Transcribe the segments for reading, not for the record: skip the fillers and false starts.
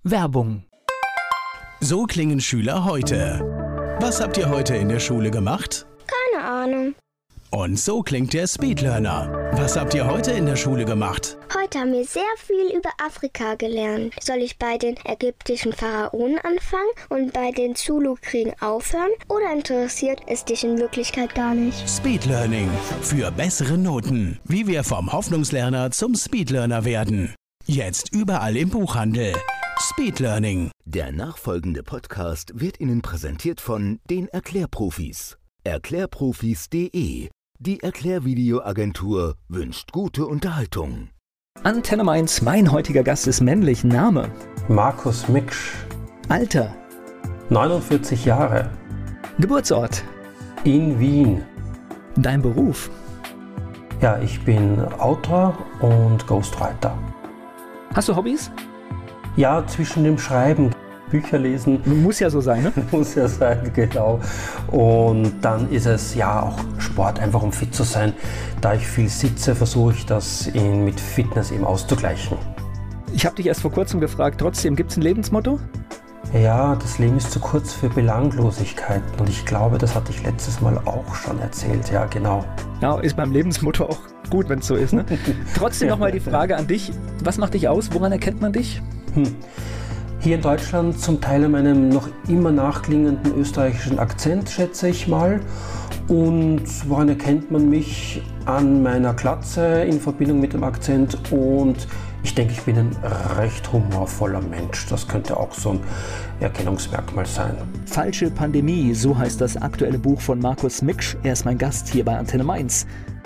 Werbung. So klingen Schüler heute. Was habt ihr heute in der Schule gemacht? Keine Ahnung. Und so klingt der Speedlearner. Was habt ihr heute in der Schule gemacht? Heute haben wir sehr viel über Afrika gelernt. Soll ich bei den ägyptischen Pharaonen anfangen und bei den Zulu-Kriegen aufhören? Oder interessiert es dich in Wirklichkeit gar nicht? Speedlearning. Für bessere Noten. Wie wir vom Hoffnungslerner zum Speedlearner werden. Jetzt überall im Buchhandel. Speedlearning. Der nachfolgende Podcast wird Ihnen präsentiert von den Erklärprofis. Erklärprofis.de. Die Erklärvideoagentur wünscht gute Unterhaltung. Antenne Mainz, mein heutiger Gast ist männlich. Name? Markus Miksch. Alter? 49 Jahre. Geburtsort? In Wien. Dein Beruf? Ja, ich bin Autor und Ghostwriter. Hast du Hobbys? Ja, zwischen dem Schreiben, Bücher lesen. Muss ja so sein, ne? Muss ja sein, genau. Und dann ist es ja auch Sport, einfach um fit zu sein. Da ich viel sitze, versuche ich das mit Fitness eben auszugleichen. Ich habe dich erst vor kurzem gefragt, trotzdem, gibt es ein Lebensmotto? Ja, das Leben ist zu kurz für Belanglosigkeiten. Und ich glaube, das hatte ich letztes Mal auch schon erzählt. Ja, genau. Ja, ist beim Lebensmotto auch gut, wenn es so ist, ne? Trotzdem nochmal die Frage an dich. Was macht dich aus? Woran erkennt man dich? Hier in Deutschland zum Teil an meinem noch immer nachklingenden österreichischen Akzent, schätze ich mal. Und woran erkennt man mich? An meiner Glatze in Verbindung mit dem Akzent. Und ich denke, ich bin ein recht humorvoller Mensch. Das könnte auch so ein Erkennungsmerkmal sein. Falsche Pandemie, so heißt das aktuelle Buch von Markus Miksch. Er ist mein Gast hier bei Antenne Mainz.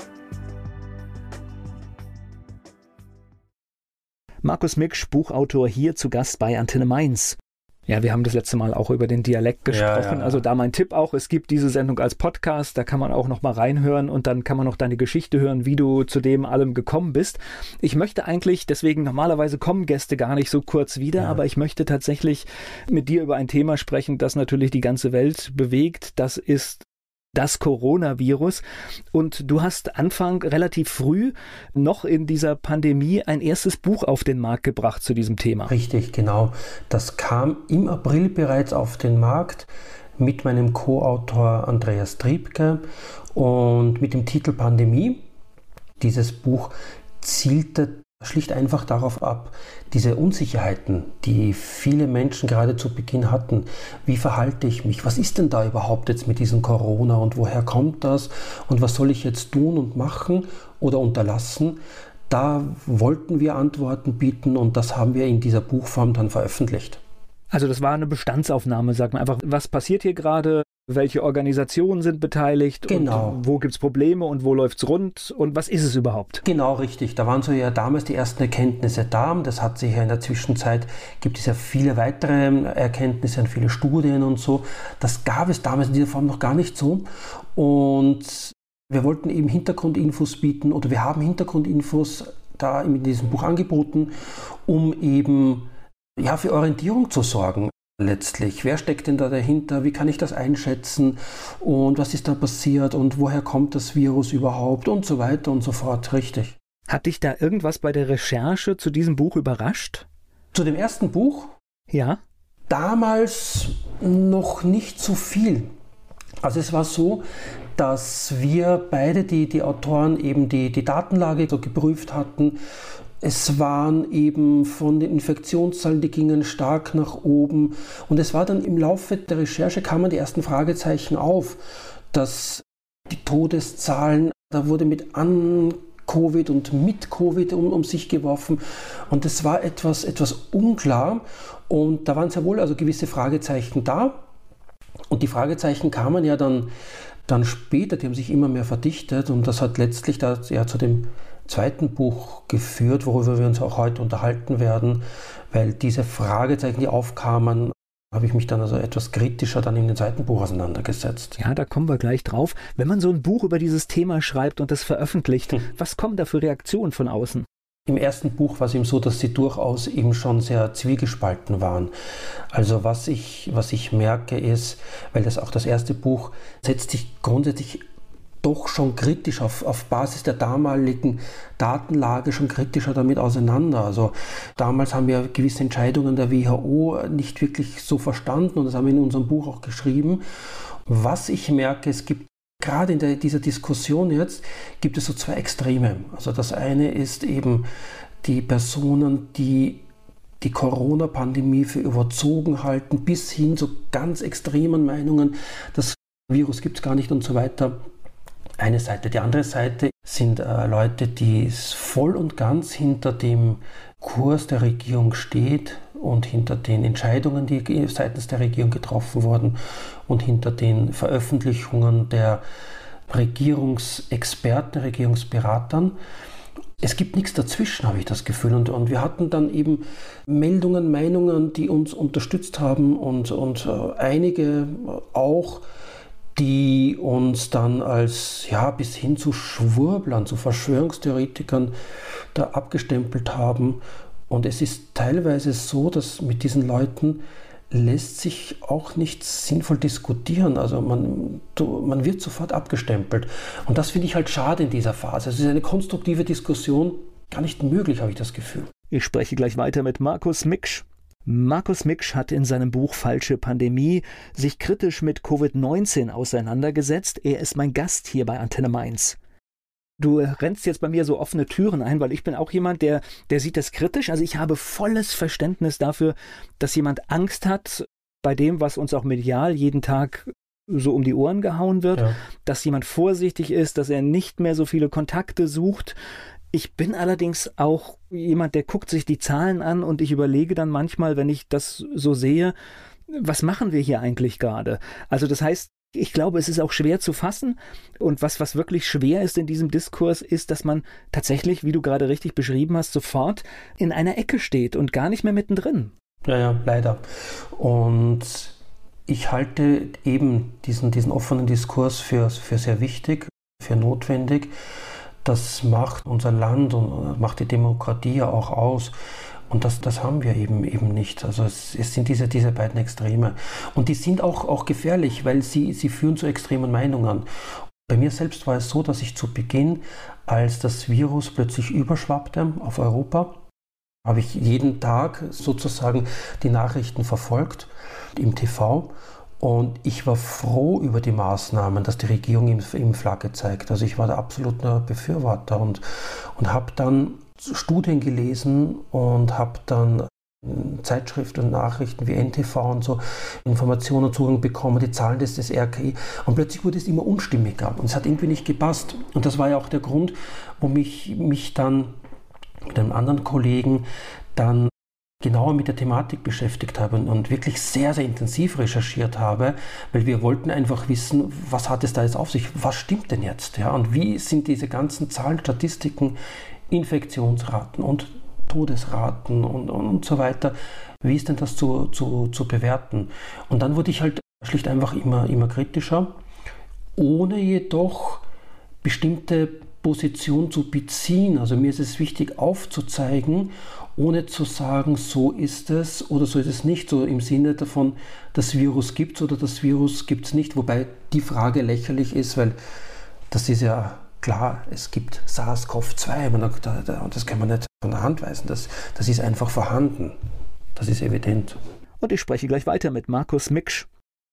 Markus Miksch, Buchautor, hier zu Gast bei Antenne Mainz. Ja, wir haben das letzte Mal auch über den Dialekt gesprochen. Ja. Also da mein Tipp auch, es gibt diese Sendung als Podcast, da kann man auch noch mal reinhören und dann kann man noch deine Geschichte hören, wie du zu dem allem gekommen bist. Ich möchte eigentlich, deswegen normalerweise kommen Gäste gar nicht so kurz wieder, aber ich möchte tatsächlich mit dir über ein Thema sprechen, das natürlich die ganze Welt bewegt. Das ist das Coronavirus. Und du hast relativ früh, noch in dieser Pandemie, ein erstes Buch auf den Markt gebracht zu diesem Thema. Richtig, genau. Das kam im April bereits auf den Markt mit meinem Co-Autor Andreas Triebke und mit dem Titel Pandemie. Dieses Buch zielte schlicht einfach darauf ab, diese Unsicherheiten, die viele Menschen gerade zu Beginn hatten. Wie verhalte ich mich? Was ist denn da überhaupt jetzt mit diesem Corona und woher kommt das? Und was soll ich jetzt tun und machen oder unterlassen? Da wollten wir Antworten bieten und das haben wir in dieser Buchform dann veröffentlicht. Also das war eine Bestandsaufnahme, sagt man einfach, was passiert hier gerade? Welche Organisationen sind beteiligt? Genau. Und wo gibt es Probleme und wo läuft es rund und was ist es überhaupt? Genau, richtig. Da waren so ja damals die ersten Erkenntnisse da. Das hat sich ja in der Zwischenzeit, gibt es ja viele weitere Erkenntnisse und viele Studien und so. Das gab es damals in dieser Form noch gar nicht so. Und wir wollten eben Hintergrundinfos bieten oder wir haben Hintergrundinfos da in diesem Buch angeboten, um eben für Orientierung zu sorgen. Letztlich, wer steckt denn da dahinter, wie kann ich das einschätzen und was ist da passiert und woher kommt das Virus überhaupt und so weiter und so fort, richtig. Hat dich da irgendwas bei der Recherche zu diesem Buch überrascht? Zu dem ersten Buch? Ja. Damals noch nicht so viel. Also es war so, dass wir beide, die Autoren, eben die Datenlage so geprüft hatten. Es waren eben von den Infektionszahlen, die gingen stark nach oben. Und es war dann im Laufe der Recherche, kamen die ersten Fragezeichen auf, dass die Todeszahlen, da wurde mit An-Covid und mit Covid um sich geworfen. Und es war etwas unklar. Und da waren sehr wohl also gewisse Fragezeichen da. Und die Fragezeichen kamen ja dann später, die haben sich immer mehr verdichtet. Und das hat letztlich zu dem zweiten Buch geführt, worüber wir uns auch heute unterhalten werden, weil diese Fragezeichen, die aufkamen, habe ich mich dann also etwas kritischer dann in dem zweiten Buch auseinandergesetzt. Ja, da kommen wir gleich drauf. Wenn man so ein Buch über dieses Thema schreibt und das veröffentlicht, was kommen da für Reaktionen von außen? Im ersten Buch war es eben so, dass sie durchaus eben schon sehr zwiegespalten waren. Also was ich merke ist, weil das auch das erste Buch setzt sich grundsätzlich doch schon kritisch auf Basis der damaligen Datenlage schon kritischer damit auseinander. Also damals haben wir gewisse Entscheidungen der WHO nicht wirklich so verstanden und das haben wir in unserem Buch auch geschrieben. Was ich merke, es gibt gerade in dieser Diskussion jetzt, gibt es so zwei Extreme. Also das eine ist eben die Personen, die die Corona-Pandemie für überzogen halten, bis hin zu ganz extremen Meinungen, das Virus gibt es gar nicht und so weiter. Eine Seite. Die andere Seite sind Leute, die voll und ganz hinter dem Kurs der Regierung steht und hinter den Entscheidungen, die seitens der Regierung getroffen wurden und hinter den Veröffentlichungen der Regierungsexperten, Regierungsberatern. Es gibt nichts dazwischen, habe ich das Gefühl. Und wir hatten dann eben Meldungen, Meinungen, die uns unterstützt haben und einige auch, die uns dann als bis hin zu Schwurblern, zu Verschwörungstheoretikern da abgestempelt haben. Und es ist teilweise so, dass mit diesen Leuten lässt sich auch nicht sinnvoll diskutieren. Also man wird sofort abgestempelt. Und das finde ich halt schade in dieser Phase. Es ist eine konstruktive Diskussion gar nicht möglich, habe ich das Gefühl. Ich spreche gleich weiter mit Markus Miksch. Markus Miksch hat in seinem Buch Falsche Pandemie sich kritisch mit Covid-19 auseinandergesetzt. Er ist mein Gast hier bei Antenne Mainz. Du rennst jetzt bei mir so offene Türen ein, weil ich bin auch jemand, der sieht das kritisch. Also ich habe volles Verständnis dafür, dass jemand Angst hat bei dem, was uns auch medial jeden Tag so um die Ohren gehauen wird, dass jemand vorsichtig ist, dass er nicht mehr so viele Kontakte sucht. Ich bin allerdings auch jemand, der guckt sich die Zahlen an und ich überlege dann manchmal, wenn ich das so sehe, was machen wir hier eigentlich gerade? Also das heißt, ich glaube, es ist auch schwer zu fassen und was wirklich schwer ist in diesem Diskurs, ist, dass man tatsächlich, wie du gerade richtig beschrieben hast, sofort in einer Ecke steht und gar nicht mehr mittendrin. Ja, leider. Und ich halte eben diesen offenen Diskurs für sehr wichtig, für notwendig. Das macht unser Land und macht die Demokratie ja auch aus. Und das haben wir eben nicht. Also es sind diese beiden Extreme. Und die sind auch gefährlich, weil sie führen zu extremen Meinungen. Bei mir selbst war es so, dass ich zu Beginn, als das Virus plötzlich überschwappte auf Europa, habe ich jeden Tag sozusagen die Nachrichten verfolgt im TV. Und ich war froh über die Maßnahmen, dass die Regierung im Flagge zeigt. Also ich war da absoluter Befürworter und habe dann Studien gelesen und habe dann Zeitschriften und Nachrichten wie NTV und so Informationen und Zugang bekommen, die Zahlen des RKI. Und plötzlich wurde es immer unstimmiger und es hat irgendwie nicht gepasst. Und das war ja auch der Grund, warum ich mich dann mit einem anderen Kollegen dann genauer mit der Thematik beschäftigt habe und wirklich sehr, sehr intensiv recherchiert habe, weil wir wollten einfach wissen, was hat es da jetzt auf sich, was stimmt denn jetzt? Ja? Und wie sind diese ganzen Zahlen, Statistiken, Infektionsraten und Todesraten und so weiter, wie ist denn das zu bewerten? Und dann wurde ich halt schlicht einfach immer kritischer, ohne jedoch bestimmte Position zu beziehen. Also mir ist es wichtig aufzuzeigen, ohne zu sagen, so ist es oder so ist es nicht, so im Sinne davon, das Virus gibt es oder das Virus gibt es nicht, wobei die Frage lächerlich ist, weil das ist ja klar, es gibt SARS-CoV-2, das kann man nicht von der Hand weisen, das ist einfach vorhanden, das ist evident. Und ich spreche gleich weiter mit Markus Miksch.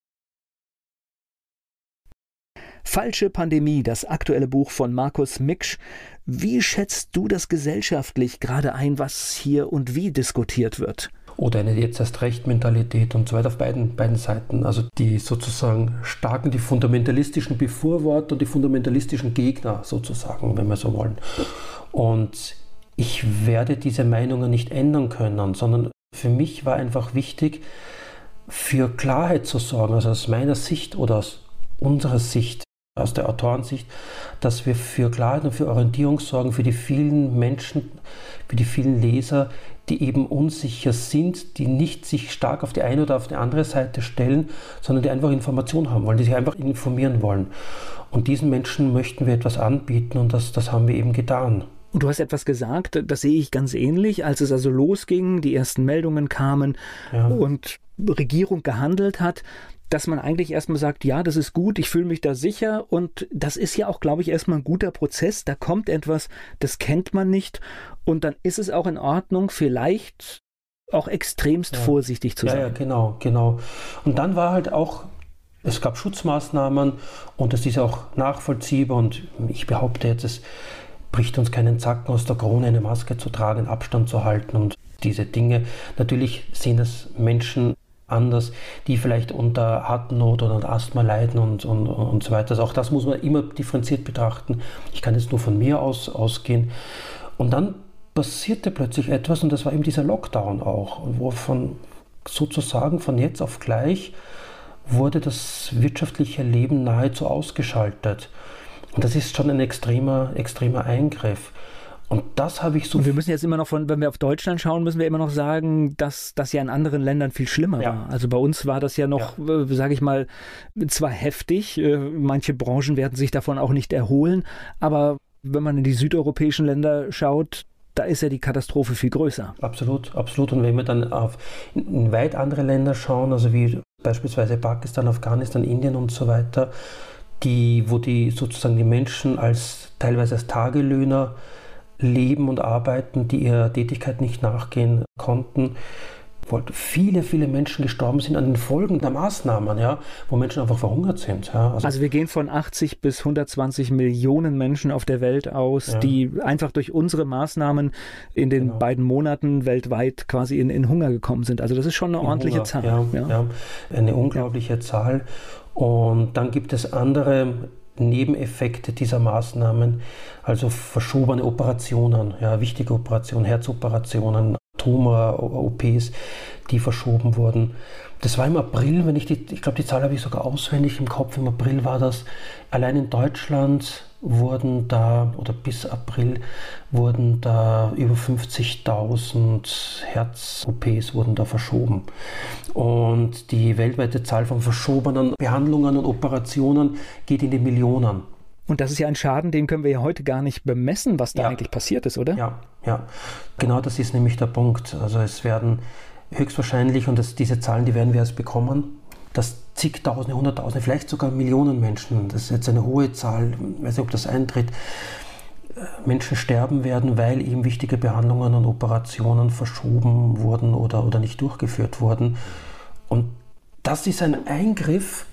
Falsche Pandemie, das aktuelle Buch von Markus Miksch. Wie schätzt du das gesellschaftlich gerade ein, was hier und wie diskutiert wird? Oder eine Jetzt-erst-recht-Mentalität und so weiter auf beiden Seiten. Also die sozusagen starken, die fundamentalistischen Befürworter und die fundamentalistischen Gegner sozusagen, wenn wir so wollen. Und ich werde diese Meinungen nicht ändern können, sondern für mich war einfach wichtig, für Klarheit zu sorgen, also aus meiner Sicht oder aus unserer Sicht, aus der Autorensicht, dass wir für Klarheit und für Orientierung sorgen, für die vielen Menschen, für die vielen Leser, die eben unsicher sind, die nicht sich stark auf die eine oder auf die andere Seite stellen, sondern die einfach Informationen haben wollen, die sich einfach informieren wollen. Und diesen Menschen möchten wir etwas anbieten und das haben wir eben getan. Und du hast etwas gesagt, das sehe ich ganz ähnlich, als es also losging, die ersten Meldungen kamen und Regierung gehandelt hat, dass man eigentlich erstmal sagt, ja, das ist gut, ich fühle mich da sicher und das ist ja auch, glaube ich, erstmal ein guter Prozess. Da kommt etwas, das kennt man nicht und dann ist es auch in Ordnung, vielleicht auch extremst vorsichtig zu sein. Ja, genau. Und dann war halt auch, es gab Schutzmaßnahmen und das ist auch nachvollziehbar und ich behaupte jetzt, es bricht uns keinen Zacken aus der Krone, eine Maske zu tragen, Abstand zu halten und diese Dinge. Natürlich sehen das Menschen anders, die vielleicht unter Atemnot oder unter Asthma leiden und so weiter. Also auch das muss man immer differenziert betrachten. Ich kann jetzt nur von mir ausgehen. Und dann passierte plötzlich etwas und das war eben dieser Lockdown auch, wo sozusagen von jetzt auf gleich wurde das wirtschaftliche Leben nahezu ausgeschaltet. Und das ist schon ein extremer Eingriff. Und das habe ich so... Und wir müssen jetzt immer noch, wenn wir auf Deutschland schauen, müssen wir immer noch sagen, dass das ja in anderen Ländern viel schlimmer war. Also bei uns war das ja noch, sage ich mal, zwar heftig, manche Branchen werden sich davon auch nicht erholen, aber wenn man in die südeuropäischen Länder schaut, da ist ja die Katastrophe viel größer. Absolut. Und wenn wir dann in weit andere Länder schauen, also wie beispielsweise Pakistan, Afghanistan, Indien und so weiter, wo die sozusagen die Menschen teilweise als Tagelöhner leben und arbeiten, die ihrer Tätigkeit nicht nachgehen konnten, wo viele Menschen gestorben sind an den Folgen der Maßnahmen, wo Menschen einfach verhungert sind. Also wir gehen von 80 bis 120 Millionen Menschen auf der Welt aus, die einfach durch unsere Maßnahmen in den beiden Monaten weltweit quasi in Hunger gekommen sind. Also das ist schon eine ordentliche Zahl. Ja, eine unglaubliche Zahl. Und dann gibt es andere Nebeneffekte dieser Maßnahmen, also verschobene Operationen, wichtige Operationen, Herzoperationen, Tumor-OPs, die verschoben wurden. Das war im April, ich glaube, die Zahl habe ich sogar auswendig im Kopf, im April war das, allein in Deutschland bis April wurden da über 50.000 Herz-OPs wurden da verschoben. Und die weltweite Zahl von verschobenen Behandlungen und Operationen geht in die Millionen. Und das ist ja ein Schaden, den können wir ja heute gar nicht bemessen, was da eigentlich passiert ist, oder? Ja. Genau, das ist nämlich der Punkt. Also es werden höchstwahrscheinlich, und diese Zahlen, die werden wir erst bekommen, dass zigtausende, hunderttausende, vielleicht sogar Millionen Menschen, das ist jetzt eine hohe Zahl, ich weiß nicht, ob das eintritt, Menschen sterben werden, weil eben wichtige Behandlungen und Operationen verschoben wurden oder nicht durchgeführt wurden. Und das ist ein Eingriff,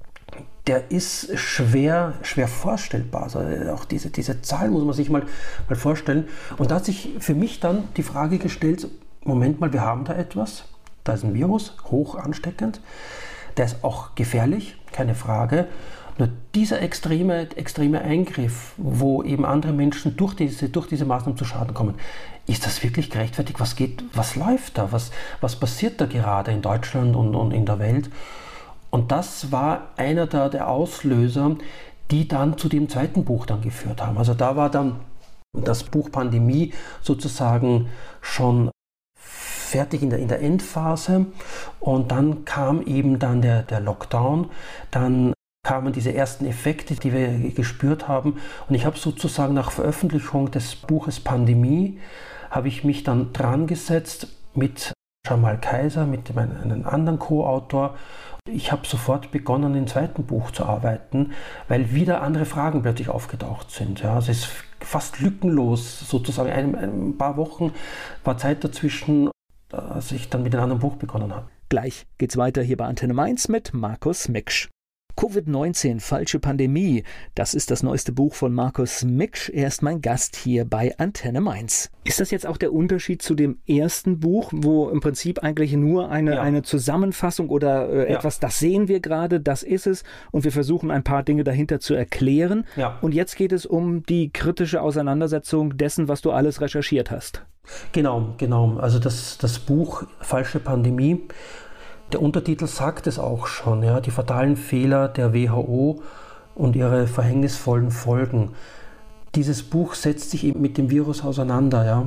der ist schwer vorstellbar. Also auch diese Zahl muss man sich mal vorstellen. Und da hat sich für mich dann die Frage gestellt, Moment mal, wir haben da etwas, da ist ein Virus, hoch ansteckend, der ist auch gefährlich, keine Frage. Nur dieser extreme Eingriff, wo eben andere Menschen durch diese Maßnahmen zu Schaden kommen, ist das wirklich gerechtfertigt? Was läuft da? Was passiert da gerade in Deutschland und in der Welt? Und das war einer der Auslöser, die dann zu dem zweiten Buch dann geführt haben. Also da war dann das Buch Pandemie sozusagen schon fertig in der Endphase und dann kam eben dann der Lockdown, dann kamen diese ersten Effekte, die wir gespürt haben und ich habe sozusagen nach Veröffentlichung des Buches Pandemie, habe ich mich dann dran gesetzt mit Jamal Kaiser, mit einem anderen Co-Autor. Ich habe sofort begonnen, im zweiten Buch zu arbeiten, weil wieder andere Fragen plötzlich aufgetaucht sind. Ja, es ist fast lückenlos, sozusagen ein paar Wochen war Zeit dazwischen, als ich dann mit einem anderen Buch begonnen habe. Gleich geht's weiter hier bei Antenne Mainz mit Markus Miksch. Covid-19, falsche Pandemie, das ist das neueste Buch von Markus Miksch. Er ist mein Gast hier bei Antenne Mainz. Ist das jetzt auch der Unterschied zu dem ersten Buch, wo im Prinzip eigentlich nur eine Zusammenfassung oder etwas, das sehen wir gerade, das ist es und wir versuchen ein paar Dinge dahinter zu erklären. Ja. Und jetzt geht es um die kritische Auseinandersetzung dessen, was du alles recherchiert hast. Genau. Also das Buch Falsche Pandemie, der Untertitel sagt es auch schon, die fatalen Fehler der WHO und ihre verhängnisvollen Folgen. Dieses Buch setzt sich eben mit dem Virus auseinander,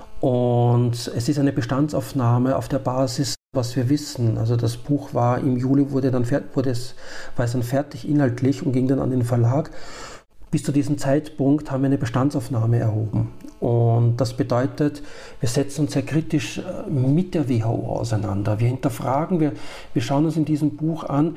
und es ist eine Bestandsaufnahme auf der Basis, was wir wissen. Also das Buch war im Juli, war es dann fertig inhaltlich und ging dann an den Verlag. Bis zu diesem Zeitpunkt haben wir eine Bestandsaufnahme erhoben. Und das bedeutet, wir setzen uns sehr kritisch mit der WHO auseinander. Wir hinterfragen, wir schauen uns in diesem Buch an,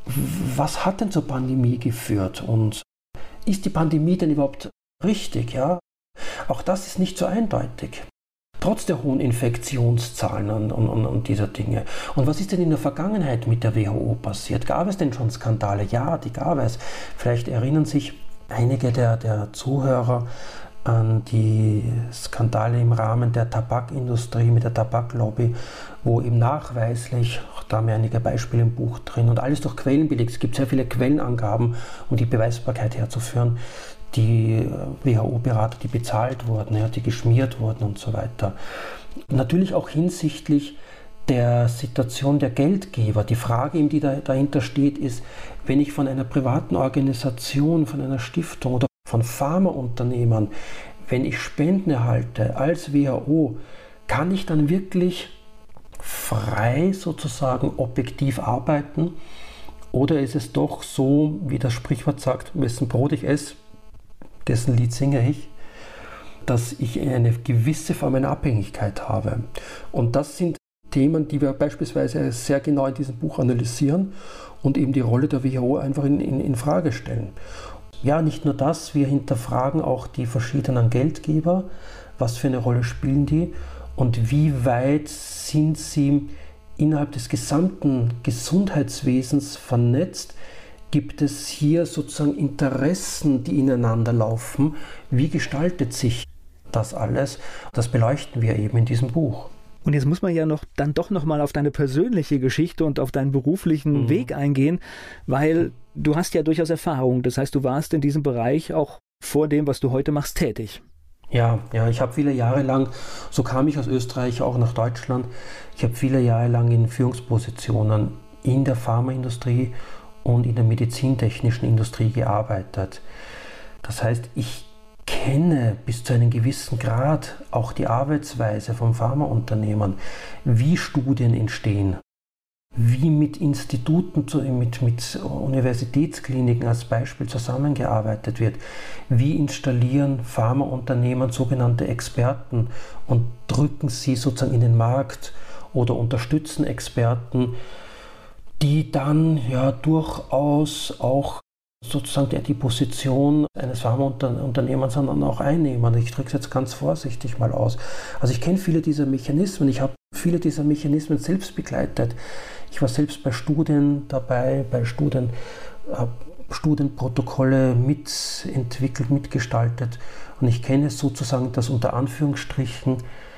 was hat denn zur Pandemie geführt? Und ist die Pandemie denn überhaupt richtig? Ja? Auch das ist nicht so eindeutig. Trotz der hohen Infektionszahlen und dieser Dinge. Und was ist denn in der Vergangenheit mit der WHO passiert? Gab es denn schon Skandale? Ja, die gab es. Vielleicht erinnern sich einige der Zuhörer an die Skandale im Rahmen der Tabakindustrie mit der Tabaklobby, wo eben nachweislich, da haben wir einige Beispiele im Buch drin und alles durch Quellen belegt. Es gibt sehr viele Quellenangaben, um die Beweisbarkeit herzuführen. Die WHO-Berater, die bezahlt wurden, ja, die geschmiert wurden und so weiter. Natürlich auch hinsichtlich der Situation der Geldgeber. Die Frage, die dahinter steht, ist, wenn ich von einer privaten Organisation, von einer Stiftung oder von Pharmaunternehmern, wenn ich Spenden erhalte als WHO, kann ich dann wirklich frei sozusagen objektiv arbeiten? Oder ist es doch so, wie das Sprichwort sagt, wessen Brot ich esse, dessen Lied singe ich, dass ich eine gewisse Form einer Abhängigkeit habe. Und das sind Themen, die wir beispielsweise sehr genau in diesem Buch analysieren und eben die Rolle der WHO einfach in Frage stellen. Ja, nicht nur das, wir hinterfragen auch die verschiedenen Geldgeber, was für eine Rolle spielen die und wie weit sind sie innerhalb des gesamten Gesundheitswesens vernetzt. Gibt es hier sozusagen Interessen, die ineinander laufen? Wie gestaltet sich das alles? Das beleuchten wir eben in diesem Buch. Und jetzt muss man ja dann doch noch mal auf deine persönliche Geschichte und auf deinen beruflichen Weg eingehen, weil du hast ja durchaus Erfahrung. Das heißt, du warst in diesem Bereich auch vor dem, was du heute machst, tätig. Ja, ich habe viele Jahre lang, so kam ich aus Österreich auch nach Deutschland, ich habe viele Jahre lang in Führungspositionen in der Pharmaindustrie und in der medizintechnischen Industrie gearbeitet. Das heißt, ich kenne bis zu einem gewissen Grad auch die Arbeitsweise von Pharmaunternehmern, wie Studien entstehen, wie mit Instituten, mit Universitätskliniken als Beispiel zusammengearbeitet wird, wie installieren Pharmaunternehmen sogenannte Experten und drücken sie sozusagen in den Markt oder unterstützen Experten, die dann ja durchaus auch sozusagen die Position eines Pharmaunternehmens dann auch einnehmen. Ich drücke es jetzt ganz vorsichtig mal aus. Also ich kenne viele dieser Mechanismen, ich habe viele dieser Mechanismen selbst begleitet. Ich war selbst bei Studien dabei, habe Studienprotokolle mitentwickelt, mitgestaltet und ich kenne sozusagen das unter Anführungsstrichen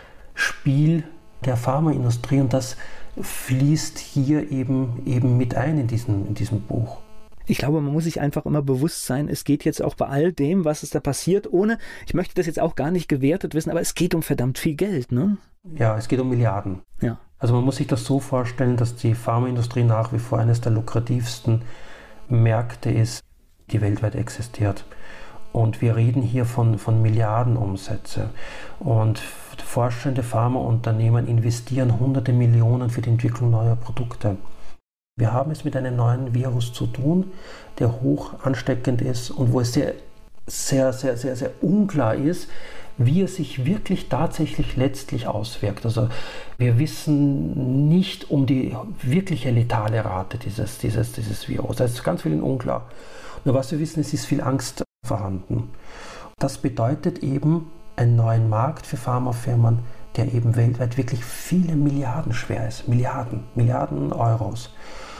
Spiel der Pharmaindustrie und das fließt hier eben mit ein in diesem Buch. Ich glaube, man muss sich einfach immer bewusst sein, es geht jetzt auch bei all dem, was es da passiert, ich möchte das jetzt auch gar nicht gewertet wissen, aber es geht um verdammt viel Geld, ne? Ja, es geht um Milliarden. Ja. Also man muss sich das so vorstellen, dass die Pharmaindustrie nach wie vor eines der lukrativsten Märkte ist, die weltweit existiert. Und wir reden hier von Milliardenumsätze. Und forschende Pharmaunternehmen investieren hunderte Millionen für die Entwicklung neuer Produkte. Wir haben es mit einem neuen Virus zu tun, der hoch ansteckend ist und wo es sehr, sehr, sehr, sehr, sehr unklar ist, wie er sich wirklich tatsächlich letztlich auswirkt. Also wir wissen nicht um die wirkliche letale Rate dieses Virus. Da ist ganz viel unklar. Nur was wir wissen, es ist viel Angst vorhanden. Das bedeutet eben einen neuen Markt für Pharmafirmen, der eben weltweit wirklich viele Milliarden schwer ist. Milliarden Euros.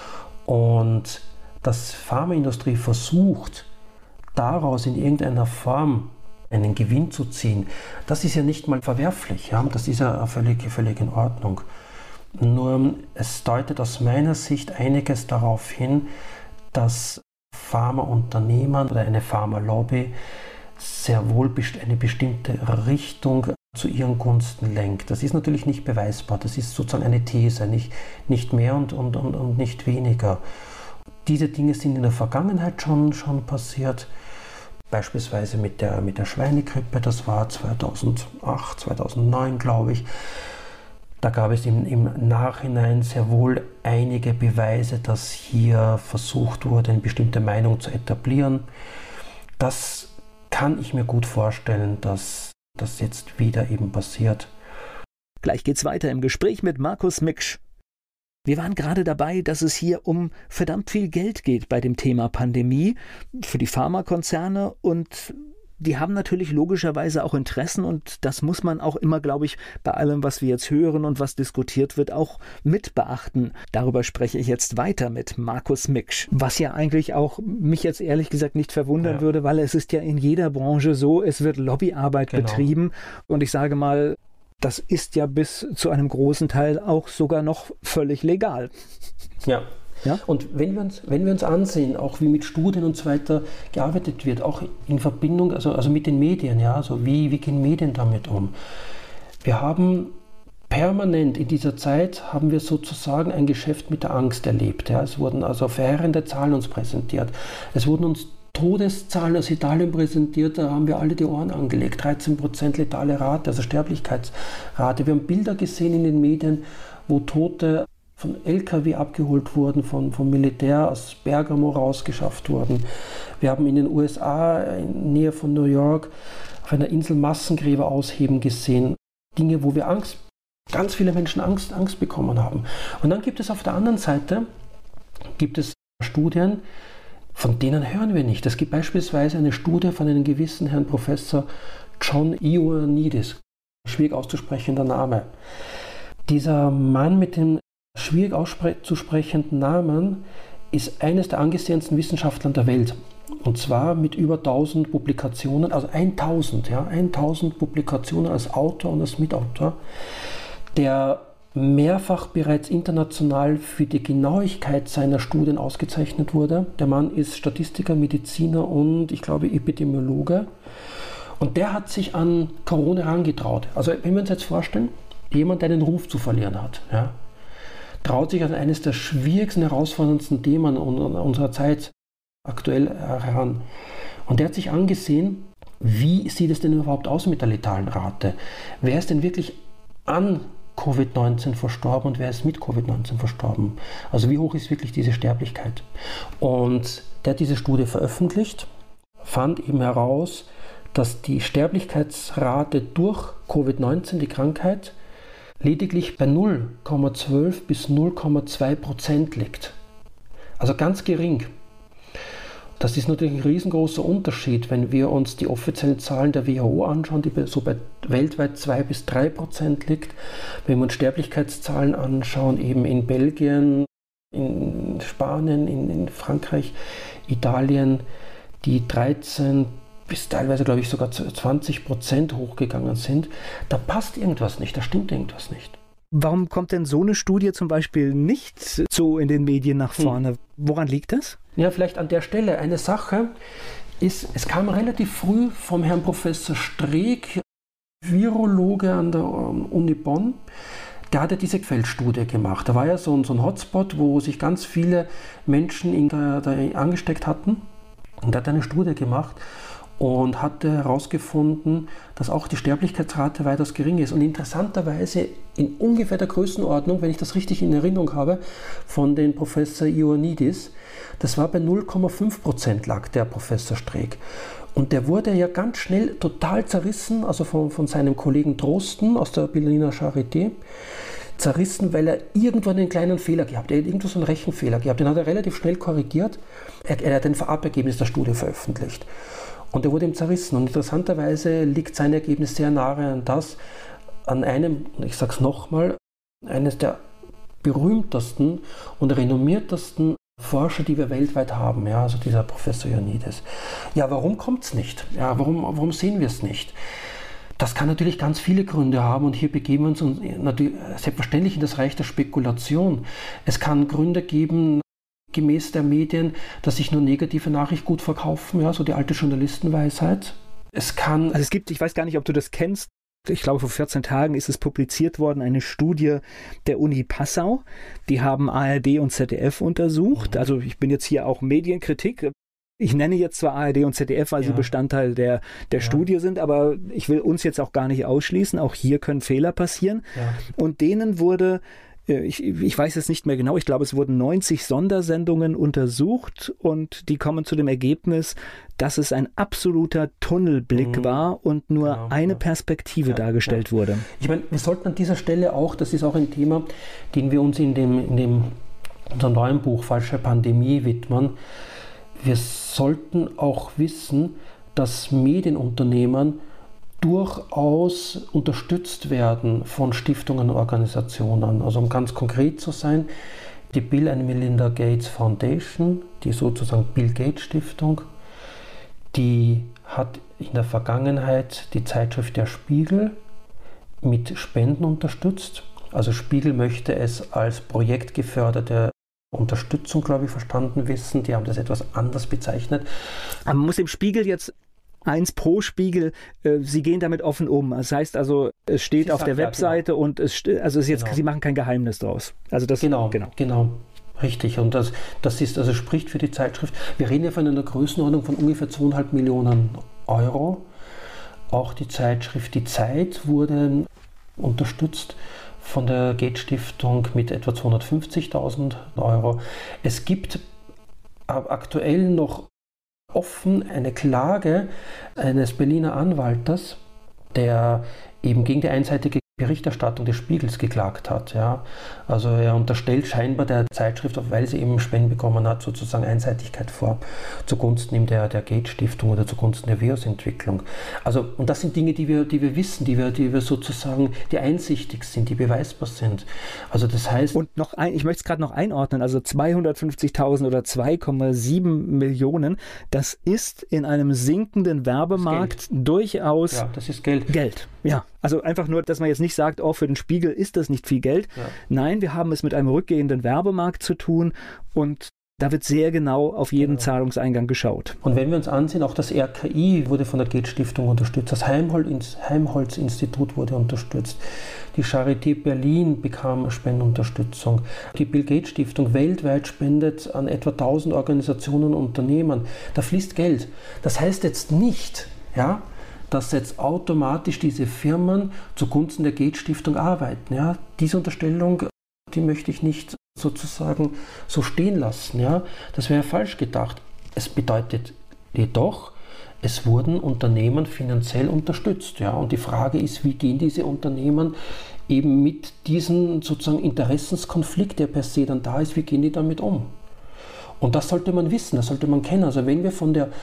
Und dass Pharmaindustrie versucht, daraus in irgendeiner Form einen Gewinn zu ziehen, das ist ja nicht mal verwerflich. Ja? Das ist ja völlig in Ordnung. Nur es deutet aus meiner Sicht einiges darauf hin, dass Pharmaunternehmen oder eine Pharmalobby sehr wohl eine bestimmte Richtung zu ihren Gunsten lenkt. Das ist natürlich nicht beweisbar, das ist sozusagen eine These, nicht mehr und nicht weniger. Diese Dinge sind in der Vergangenheit schon passiert, beispielsweise mit der Schweinegrippe, das war 2008, 2009, glaube ich. Da gab es im Nachhinein sehr wohl einige Beweise, dass hier versucht wurde, eine bestimmte Meinung zu etablieren. das kann ich mir gut vorstellen, dass das jetzt wieder eben passiert. Gleich geht's weiter im Gespräch mit Markus Miksch. Wir waren gerade dabei, dass es hier um verdammt viel Geld geht bei dem Thema Pandemie für die Pharmakonzerne, und die haben natürlich logischerweise auch Interessen, und das muss man auch immer, glaube ich, bei allem, was wir jetzt hören und was diskutiert wird, auch mit beachten. Darüber spreche ich jetzt weiter mit Markus Miksch, was ja eigentlich auch mich jetzt ehrlich gesagt nicht verwundern würde, weil es ist ja in jeder Branche so, es wird Lobbyarbeit betrieben, und ich sage mal, das ist ja bis zu einem großen Teil auch sogar noch völlig legal. Ja. Ja? Und wenn wir uns ansehen, auch wie mit Studien und so weiter gearbeitet wird, auch in Verbindung, also mit den Medien, ja, also wie gehen Medien damit um? Wir haben permanent in dieser Zeit, haben wir sozusagen ein Geschäft mit der Angst erlebt. Ja? Es wurden also verheerende Zahlen uns präsentiert. Es wurden uns Todeszahlen aus Italien präsentiert, da haben wir alle die Ohren angelegt. 13% letale Rate, also Sterblichkeitsrate. Wir haben Bilder gesehen in den Medien, wo Tote von LKW abgeholt wurden, vom Militär aus Bergamo rausgeschafft wurden. Wir haben in den USA, in Nähe von New York, auf einer Insel Massengräber ausheben gesehen. Dinge, wo wir ganz viele Menschen Angst bekommen haben. Und dann gibt es auf der anderen Seite, Studien, von denen hören wir nicht. Es gibt beispielsweise eine Studie von einem gewissen Herrn Professor John Ioannidis, schwierig auszusprechender Name. Dieser Mann mit dem schwierig auszusprechenden Namen ist eines der angesehensten Wissenschaftler der Welt. Und zwar mit über 1000 Publikationen, also 1000 Publikationen als Autor und als Mitautor, der mehrfach bereits international für die Genauigkeit seiner Studien ausgezeichnet wurde. Der Mann ist Statistiker, Mediziner und ich glaube Epidemiologe. Und der hat sich an Corona herangetraut. Also wenn wir uns jetzt vorstellen, jemand, der den Ruf zu verlieren hat, ja, traut sich an eines der schwierigsten, herausforderndsten Themen unserer Zeit aktuell heran. Und der hat sich angesehen, wie sieht es denn überhaupt aus mit der letalen Rate? Wer ist denn wirklich an Covid-19 verstorben und wer ist mit Covid-19 verstorben? Also wie hoch ist wirklich diese Sterblichkeit? Und der hat diese Studie veröffentlicht, fand eben heraus, dass die Sterblichkeitsrate durch Covid-19, die Krankheit, lediglich bei 0,12 bis 0,2% liegt. Also ganz gering. Das ist natürlich ein riesengroßer Unterschied, wenn wir uns die offiziellen Zahlen der WHO anschauen, die so bei weltweit 2 bis 3% liegt. Wenn wir uns Sterblichkeitszahlen anschauen, eben in Belgien, in Spanien, in Frankreich, Italien, die 13 bis teilweise, glaube ich, sogar 20% hochgegangen sind, da passt irgendwas nicht, da stimmt irgendwas nicht. Warum kommt denn so eine Studie zum Beispiel nicht so in den Medien nach vorne? Woran liegt das? Ja, vielleicht an der Stelle eine Sache ist, es kam relativ früh vom Herrn Professor Streeck, Virologe an der Uni Bonn, der hat ja diese Feldstudie gemacht. Da war ja so ein Hotspot, wo sich ganz viele Menschen da angesteckt hatten, und er hat eine Studie gemacht und hatte herausgefunden, dass auch die Sterblichkeitsrate weitaus gering ist. Und interessanterweise in ungefähr der Größenordnung, wenn ich das richtig in Erinnerung habe, von den Professor Ioannidis, das war bei 0,5% lag der Professor Streeck. Und der wurde ja ganz schnell total zerrissen, also von seinem Kollegen Drosten aus der Berliner Charité, zerrissen, weil er irgendwo einen kleinen Fehler gehabt hat. Er hat irgendwo so einen Rechenfehler gehabt, den hat er relativ schnell korrigiert. Er hat ein Vorab-Ergebnis der Studie veröffentlicht. Und er wurde ihm zerrissen. Und interessanterweise liegt sein Ergebnis sehr nahe an einem, ich sage es nochmal, eines der berühmtesten und renommiertesten Forscher, die wir weltweit haben, ja, also dieser Professor Ioannidis. Ja, warum kommt es nicht? Ja, warum sehen wir es nicht? Das kann natürlich ganz viele Gründe haben, und hier begeben wir uns natürlich selbstverständlich in das Reich der Spekulation. Es kann Gründe geben, gemäß der Medien, dass sich nur negative Nachrichten gut verkaufen, ja, so die alte Journalistenweisheit. Es gibt, ich weiß gar nicht, ob du das kennst, ich glaube vor 14 Tagen ist es publiziert worden, eine Studie der Uni Passau. Die haben ARD und ZDF untersucht. Also ich bin jetzt hier auch Medienkritik. Ich nenne jetzt zwar ARD und ZDF, weil sie Bestandteil der Studie sind, aber ich will uns jetzt auch gar nicht ausschließen. Auch hier können Fehler passieren. Ja. Und denen wurde ich weiß es nicht mehr genau, ich glaube, es wurden 90 Sondersendungen untersucht und die kommen zu dem Ergebnis, dass es ein absoluter Tunnelblick war und nur eine Perspektive dargestellt wurde. Ich meine, wir sollten an dieser Stelle auch, das ist auch ein Thema, den wir uns in unserem neuen Buch Falsche Pandemie widmen, wir sollten auch wissen, dass Medienunternehmen durchaus unterstützt werden von Stiftungen und Organisationen. Also um ganz konkret zu sein, die Bill and Melinda Gates Foundation, die sozusagen Bill Gates Stiftung, die hat in der Vergangenheit die Zeitschrift Der Spiegel mit Spenden unterstützt. Also Spiegel möchte es als projektgeförderte Unterstützung, glaube ich, verstanden wissen. Die haben das etwas anders bezeichnet. Aber man muss dem Spiegel jetzt eins pro Spiegel, Sie gehen damit offen um. Das heißt also, es steht auf der Webseite und Sie machen kein Geheimnis draus. Also das genau. Richtig. Und das ist, also spricht für die Zeitschrift. Wir reden ja von einer Größenordnung von ungefähr 2,5 Millionen Euro. Auch die Zeitschrift Die Zeit wurde unterstützt von der Gates Stiftung mit etwa 250.000 Euro. Es gibt aktuell noch offen eine Klage eines Berliner Anwaltes, der eben gegen die einseitige Berichterstattung des Spiegels geklagt hat. Ja. Also er unterstellt scheinbar der Zeitschrift, weil sie eben Spenden bekommen hat, sozusagen Einseitigkeit vor, zugunsten eben der Gates-Stiftung oder zugunsten der Virusentwicklung. Also, und das sind Dinge, die wir wissen, die wir sozusagen, die einsichtig sind, die beweisbar sind. Also das heißt... Und noch ich möchte es gerade noch einordnen, also 250.000 oder 2,7 Millionen, das ist in einem sinkenden Werbemarkt durchaus... Ja, das ist Geld. Geld, ja. Also einfach nur, dass man jetzt nicht sagt, für den Spiegel ist das nicht viel Geld. Ja. Nein, wir haben es mit einem rückgehenden Werbemarkt zu tun und da wird sehr genau auf jeden Zahlungseingang geschaut. Und wenn wir uns ansehen, auch das RKI wurde von der Gates-Stiftung unterstützt, das Helmholtz-Institut wurde unterstützt, die Charité Berlin bekam Spendenunterstützung, die Bill-Gates-Stiftung weltweit spendet an etwa 1000 Organisationen und Unternehmen. Da fließt Geld. Das heißt jetzt nicht, dass jetzt automatisch diese Firmen zugunsten der Gates-Stiftung arbeiten. Ja? Diese Unterstellung, die möchte ich nicht sozusagen so stehen lassen. Ja? Das wäre falsch gedacht. Es bedeutet jedoch, es wurden Unternehmen finanziell unterstützt. Ja? Und die Frage ist, wie gehen diese Unternehmen eben mit diesem sozusagen Interessenskonflikt, der per se dann da ist, wie gehen die damit um? Und das sollte man wissen, das sollte man kennen. Also wenn wir von der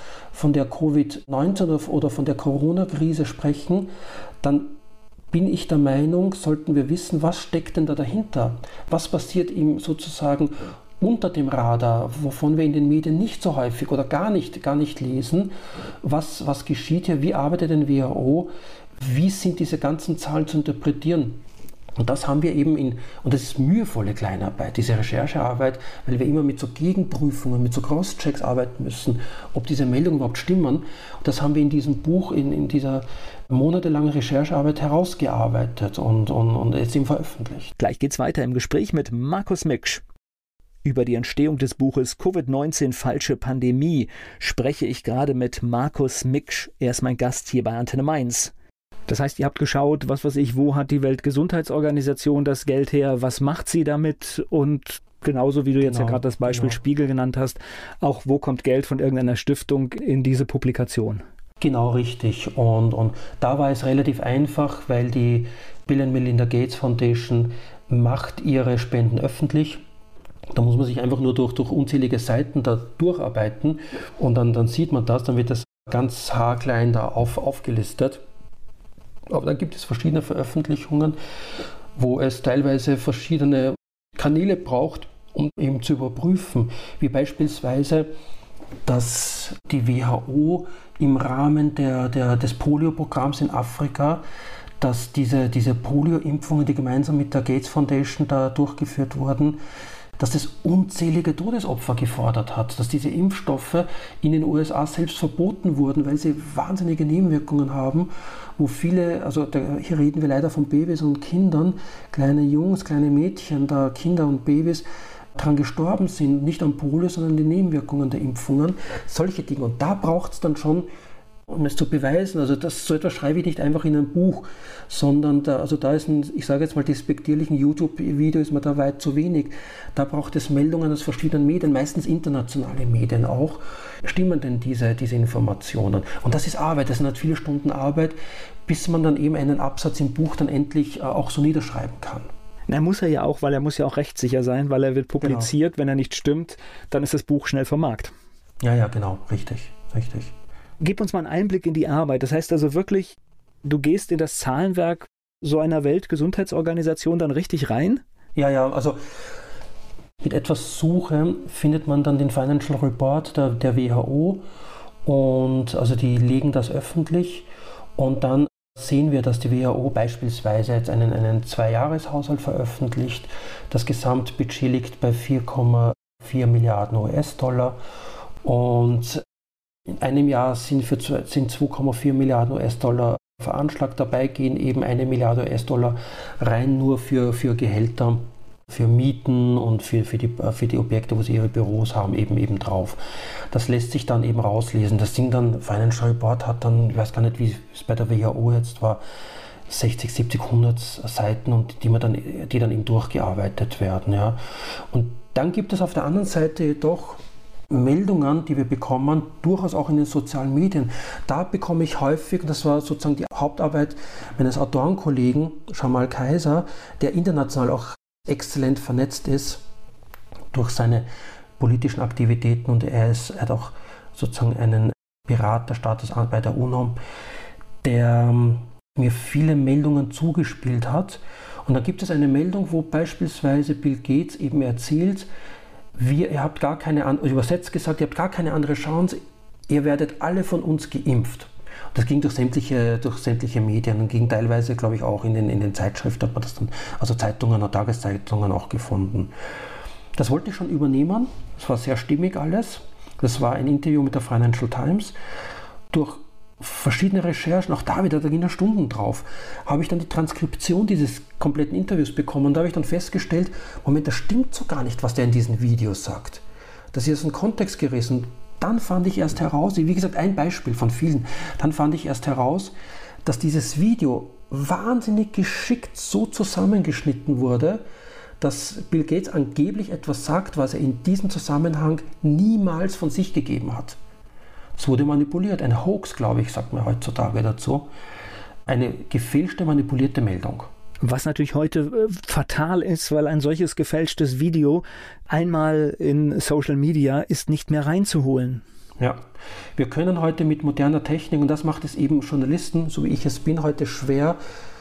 Covid-19 oder von der Corona-Krise sprechen, dann bin ich der Meinung, sollten wir wissen, was steckt denn da dahinter? Was passiert ihm sozusagen unter dem Radar, wovon wir in den Medien nicht so häufig oder gar nicht lesen? Was geschieht hier? Wie arbeitet denn WHO? Wie sind diese ganzen Zahlen zu interpretieren? Und das haben wir eben und das ist mühevolle Kleinarbeit, diese Recherchearbeit, weil wir immer mit so Gegenprüfungen, mit so Crosschecks arbeiten müssen, ob diese Meldungen überhaupt stimmen. Und das haben wir in diesem Buch, in dieser monatelangen Recherchearbeit herausgearbeitet und jetzt eben veröffentlicht. Gleich geht's weiter im Gespräch mit Markus Miksch. Über die Entstehung des Buches Covid-19 Falsche Pandemie spreche ich gerade mit Markus Miksch. Er ist mein Gast hier bei Antenne Mainz. Das heißt, ihr habt geschaut, wo hat die Weltgesundheitsorganisation das Geld her, was macht sie damit und genauso wie du jetzt ja gerade das Beispiel Spiegel genannt hast, auch wo kommt Geld von irgendeiner Stiftung in diese Publikation? Genau, richtig. Und da war es relativ einfach, weil die Bill and Melinda Gates Foundation macht ihre Spenden öffentlich. Da muss man sich einfach nur durch unzählige Seiten da durcharbeiten und dann sieht man das, dann wird das ganz haarklein da aufgelistet. Aber dann gibt es verschiedene Veröffentlichungen, wo es teilweise verschiedene Kanäle braucht, um eben zu überprüfen, wie beispielsweise, dass die WHO im Rahmen des Polio-Programms in Afrika, dass diese Polio-Impfungen, die gemeinsam mit der Gates Foundation da durchgeführt wurden, dass das unzählige Todesopfer gefordert hat, dass diese Impfstoffe in den USA selbst verboten wurden, weil sie wahnsinnige Nebenwirkungen haben, wo viele, hier reden wir leider von Babys und Kindern, kleine Jungs, kleine Mädchen, da Kinder und Babys daran gestorben sind, nicht an Polio, sondern an den Nebenwirkungen der Impfungen, solche Dinge. Und da braucht es dann schon um es zu beweisen. Also so etwas schreibe ich nicht einfach in ein Buch, sondern da ist ich sage jetzt mal, despektierlichen YouTube-Video ist mir da weit zu wenig. Da braucht es Meldungen aus verschiedenen Medien, meistens internationale Medien auch. Stimmen denn diese Informationen? Und das ist Arbeit, das sind halt viele Stunden Arbeit, bis man dann eben einen Absatz im Buch dann endlich auch so niederschreiben kann. Na, muss er ja auch, weil er muss ja auch rechtssicher sein, weil er wird publiziert. Genau. Wenn er nicht stimmt, dann ist das Buch schnell vom Markt. Ja, genau, richtig. Gib uns mal einen Einblick in die Arbeit. Das heißt also wirklich, du gehst in das Zahlenwerk so einer Weltgesundheitsorganisation dann richtig rein? Ja, also mit etwas Suche findet man dann den Financial Report der WHO und also die legen das öffentlich und dann sehen wir, dass die WHO beispielsweise jetzt einen 2-Jahreshaushalt veröffentlicht. Das Gesamtbudget liegt bei 4,4 Milliarden US-Dollar und in einem Jahr sind 2,4 Milliarden US-Dollar veranschlagt. Dabei gehen eben 1 Milliarde US-Dollar rein nur für Gehälter, für Mieten und für die Objekte, wo sie ihre Büros haben, eben drauf. Das lässt sich dann eben rauslesen. Das Ding dann, Financial Report hat dann, ich weiß gar nicht, wie es bei der WHO jetzt war, 60, 70, 100 Seiten und die dann eben durchgearbeitet werden. Ja. Und dann gibt es auf der anderen Seite jedoch Meldungen, die wir bekommen, durchaus auch in den sozialen Medien. Da bekomme ich häufig, das war sozusagen die Hauptarbeit meines Autorenkollegen Jamal Kaiser, der international auch exzellent vernetzt ist durch seine politischen Aktivitäten und er hat auch sozusagen einen Beraterstatus bei der UNO, der mir viele Meldungen zugespielt hat. Und da gibt es eine Meldung, wo beispielsweise Bill Gates eben erzählt, ihr habt gar keine andere Chance, ihr werdet alle von uns geimpft. Das ging durch sämtliche Medien und ging teilweise, glaube ich, auch in den Zeitschriften, hat man das dann, also Zeitungen und Tageszeitungen auch gefunden. Das wollte ich schon übernehmen, das war sehr stimmig alles. Das war ein Interview mit der Financial Times. Durch verschiedene Recherchen, auch da gingen ja Stunden drauf, habe ich dann die Transkription dieses kompletten Interviews bekommen und da habe ich dann festgestellt, Moment, das stimmt so gar nicht, was der in diesen Videos sagt. Das ist aus dem Kontext gerissen. Dann fand ich erst heraus, wie gesagt, ein Beispiel von vielen, dann fand ich erst heraus, dass dieses Video wahnsinnig geschickt so zusammengeschnitten wurde, dass Bill Gates angeblich etwas sagt, was er in diesem Zusammenhang niemals von sich gegeben hat. Es wurde manipuliert, ein Hoax, glaube ich, sagt man heutzutage dazu. Eine gefälschte, manipulierte Meldung. Was natürlich heute fatal ist, weil ein solches gefälschtes Video einmal in Social Media ist nicht mehr reinzuholen. Ja, wir können heute mit moderner Technik, und das macht es eben Journalisten, so wie ich es bin, heute schwer,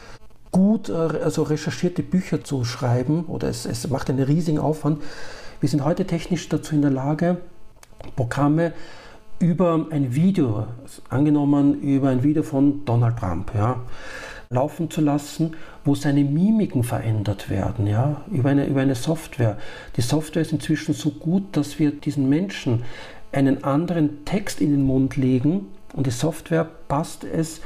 gut recherchierte Bücher zu schreiben, oder es macht einen riesigen Aufwand. Wir sind heute technisch dazu in der Lage, Programme über ein Video, angenommen über ein Video von Donald Trump, ja, laufen zu lassen, wo seine Mimiken verändert werden, ja, über eine Software. Die Software ist inzwischen so gut, dass wir diesen Menschen einen anderen Text in den Mund legen und die Software passt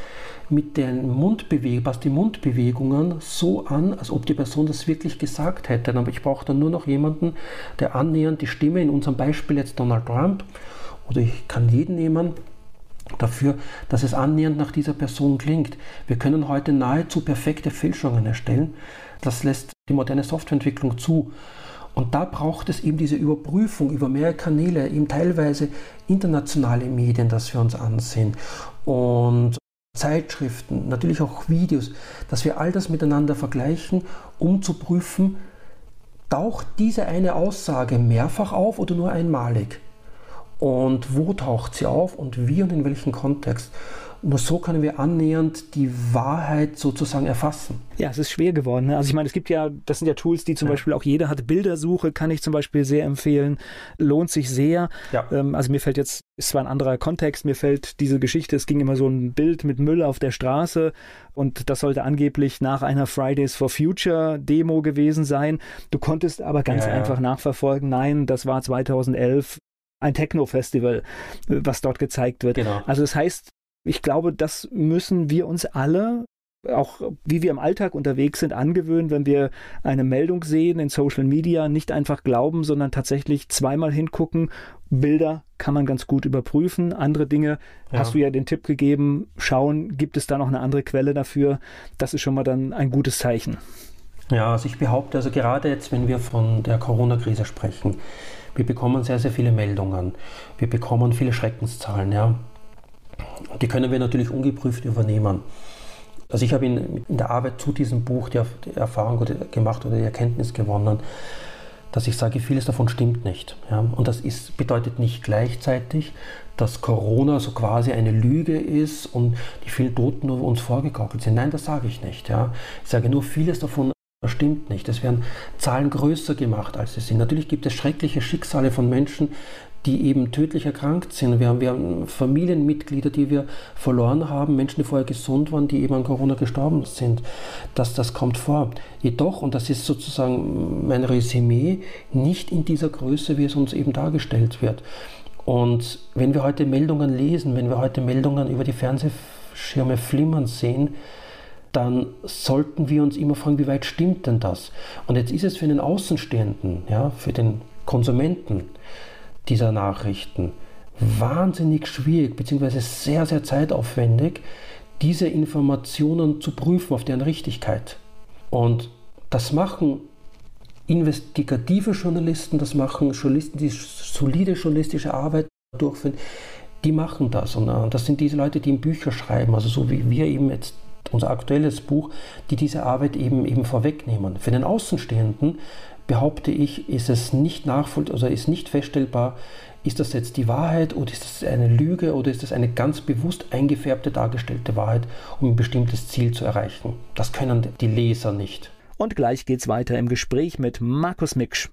die Mundbewegungen so an, als ob die Person das wirklich gesagt hätte. Aber ich brauche dann nur noch jemanden, der annähernd die Stimme, in unserem Beispiel jetzt Donald Trump, oder ich kann jeden nehmen, dafür, dass es annähernd nach dieser Person klingt. Wir können heute nahezu perfekte Fälschungen erstellen. Das lässt die moderne Softwareentwicklung zu. Und da braucht es eben diese Überprüfung über mehrere Kanäle, eben teilweise internationale Medien, das wir uns ansehen und Zeitschriften, natürlich auch Videos, dass wir all das miteinander vergleichen, um zu prüfen, taucht diese eine Aussage mehrfach auf oder nur einmalig? Und wo taucht sie auf und wie und in welchem Kontext? Nur so können wir annähernd die Wahrheit sozusagen erfassen. Ja, es ist schwer geworden. Ne? Also ich meine, das sind ja Tools, die zum Beispiel auch jeder hat. Bildersuche kann ich zum Beispiel sehr empfehlen. Lohnt sich sehr. Ja. Also mir fällt jetzt, ist zwar ein anderer Kontext, mir fällt diese Geschichte, es ging immer so ein Bild mit Müll auf der Straße und das sollte angeblich nach einer Fridays for Future Demo gewesen sein. Du konntest aber ganz einfach nachverfolgen, nein, das war 2011 ein Techno-Festival, was dort gezeigt wird. Genau. Also das heißt, ich glaube, das müssen wir uns alle auch wie wir im Alltag unterwegs sind, angewöhnen, wenn wir eine Meldung sehen in Social Media, nicht einfach glauben, sondern tatsächlich zweimal hingucken. Bilder kann man ganz gut überprüfen. Andere Dinge hast du ja den Tipp gegeben, schauen, gibt es da noch eine andere Quelle dafür? Das ist schon mal dann ein gutes Zeichen. Ja, also ich behaupte, also gerade jetzt, wenn wir von der Corona-Krise sprechen, wir bekommen sehr, sehr viele Meldungen. Wir bekommen viele Schreckenszahlen, ja. Die können wir natürlich ungeprüft übernehmen. Also ich habe in der Arbeit zu diesem Buch die Erfahrung gemacht oder die Erkenntnis gewonnen, dass ich sage, vieles davon stimmt nicht. Ja? Und das bedeutet nicht gleichzeitig, dass Corona so quasi eine Lüge ist und die vielen Toten nur uns vorgegaukelt sind. Nein, das sage ich nicht. Ja? Ich sage nur, vieles davon stimmt nicht. Es werden Zahlen größer gemacht, als sie sind. Natürlich gibt es schreckliche Schicksale von Menschen, die eben tödlich erkrankt sind. Wir haben Familienmitglieder, die wir verloren haben, Menschen, die vorher gesund waren, die eben an Corona gestorben sind. Das kommt vor. Jedoch, und das ist sozusagen mein Resümee, nicht in dieser Größe, wie es uns eben dargestellt wird. Und wenn wir heute Meldungen lesen, wenn wir heute Meldungen über die Fernsehschirme flimmern sehen, dann sollten wir uns immer fragen, wie weit stimmt denn das? Und jetzt ist es für den Außenstehenden, ja, für den Konsumenten dieser Nachrichten wahnsinnig schwierig, beziehungsweise sehr, sehr zeitaufwendig, diese Informationen zu prüfen auf deren Richtigkeit. Und das machen investigative Journalisten, das machen Journalisten, die solide journalistische Arbeit durchführen, die machen das. Und das sind diese Leute, die Bücher schreiben, also so wie wir eben jetzt unser aktuelles Buch, die diese Arbeit eben vorwegnehmen. Für den Außenstehenden behaupte ich, ist es nicht ist nicht feststellbar, ist das jetzt die Wahrheit oder ist das eine Lüge oder ist das eine ganz bewusst eingefärbte, dargestellte Wahrheit, um ein bestimmtes Ziel zu erreichen. Das können die Leser nicht. Und gleich geht's weiter im Gespräch mit Markus Miksch.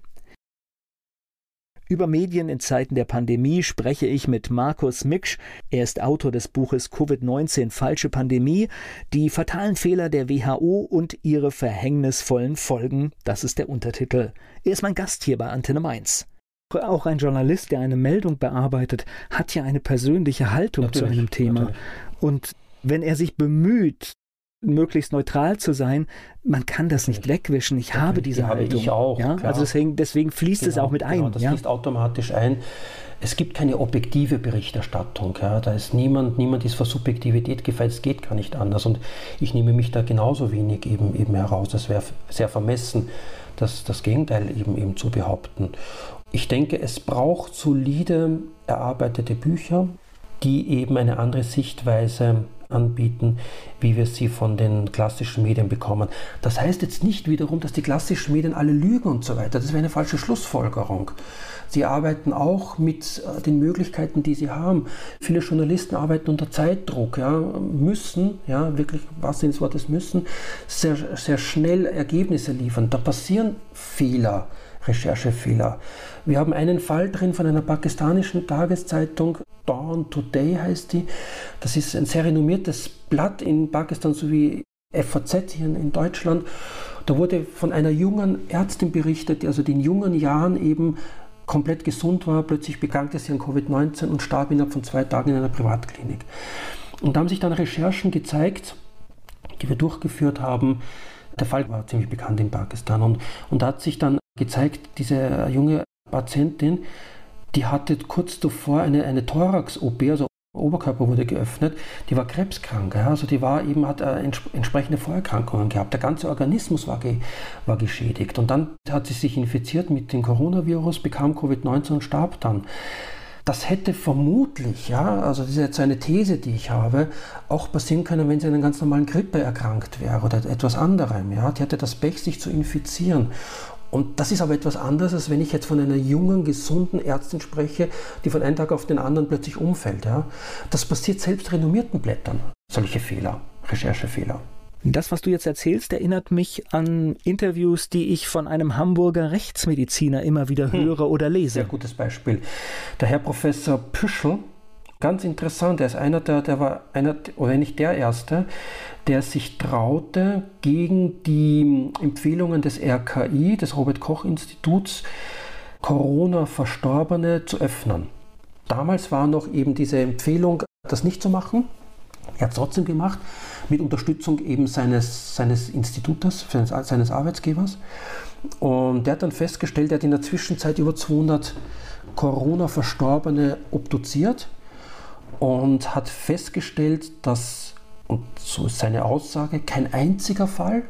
Über Medien in Zeiten der Pandemie spreche ich mit Markus Miksch. Er ist Autor des Buches Covid-19 Falsche Pandemie, die fatalen Fehler der WHO und ihre verhängnisvollen Folgen. Das ist der Untertitel. Er ist mein Gast hier bei Antenne Mainz. Auch ein Journalist, der eine Meldung bearbeitet, hat ja eine persönliche Haltung zu einem Thema. Natürlich. Und wenn er sich bemüht, möglichst neutral zu sein, man kann das nicht wegwischen. Ich habe diese Haltung. Ich auch. Ja? Also deswegen fließt es auch mit ein. Genau, das fließt automatisch ein. Es gibt keine objektive Berichterstattung. Ja? Da ist niemand ist vor Subjektivität gefeit. Es geht gar nicht anders. Und ich nehme mich da genauso wenig eben heraus. Das wäre sehr vermessen, das Gegenteil eben zu behaupten. Ich denke, es braucht solide erarbeitete Bücher, die eben eine andere Sichtweise anbieten, wie wir sie von den klassischen Medien bekommen. Das heißt jetzt nicht wiederum, dass die klassischen Medien alle lügen und so weiter. Das wäre eine falsche Schlussfolgerung. Sie arbeiten auch mit den Möglichkeiten, die sie haben. Viele Journalisten arbeiten unter Zeitdruck, müssen, wirklich, was sind das Wortes müssen, sehr, sehr schnell Ergebnisse liefern. Da passieren Fehler, Recherchefehler. Wir haben einen Fall drin von einer pakistanischen Tageszeitung, Dawn Today heißt die. Das ist ein sehr renommiertes Blatt in Pakistan sowie FAZ hier in Deutschland. Da wurde von einer jungen Ärztin berichtet, die also in jungen Jahren eben komplett gesund war, plötzlich bekannte sie an Covid-19 und starb innerhalb von 2 Tagen in einer Privatklinik. Und da haben sich dann Recherchen gezeigt, die wir durchgeführt haben. Der Fall war ziemlich bekannt in Pakistan und da hat sich dann gezeigt, diese junge Patientin, die hatte kurz davor eine Thorax-OP, also Oberkörper wurde geöffnet, die war krebskrank, also die hat entsprechende Vorerkrankungen gehabt, der ganze Organismus war geschädigt und dann hat sie sich infiziert mit dem Coronavirus, bekam Covid-19 und starb dann. Das hätte vermutlich, also das ist jetzt eine These, die ich habe, auch passieren können, wenn sie an einer ganz normalen Grippe erkrankt wäre oder etwas anderem. Die hatte das Pech, sich zu infizieren. Und das ist aber etwas anderes, als wenn ich jetzt von einer jungen, gesunden Ärztin spreche, die von einem Tag auf den anderen plötzlich umfällt. Das passiert selbst renommierten Blättern, solche Fehler, Recherchefehler. Das, was du jetzt erzählst, erinnert mich an Interviews, die ich von einem Hamburger Rechtsmediziner immer wieder höre oder lese. Sehr gutes Beispiel. Der Herr Professor Püschel, ganz interessant, er ist der war einer, oder nicht der Erste, der sich traute, gegen die Empfehlungen des RKI, des Robert-Koch-Instituts, Corona-Verstorbene zu öffnen. Damals war noch eben diese Empfehlung, das nicht zu machen. Er hat es trotzdem gemacht, mit Unterstützung eben seines Institutes, seines Arbeitgebers. Und der hat dann festgestellt, er hat in der Zwischenzeit über 200 Corona-Verstorbene obduziert und hat festgestellt, dass, und so ist seine Aussage, kein einziger Fall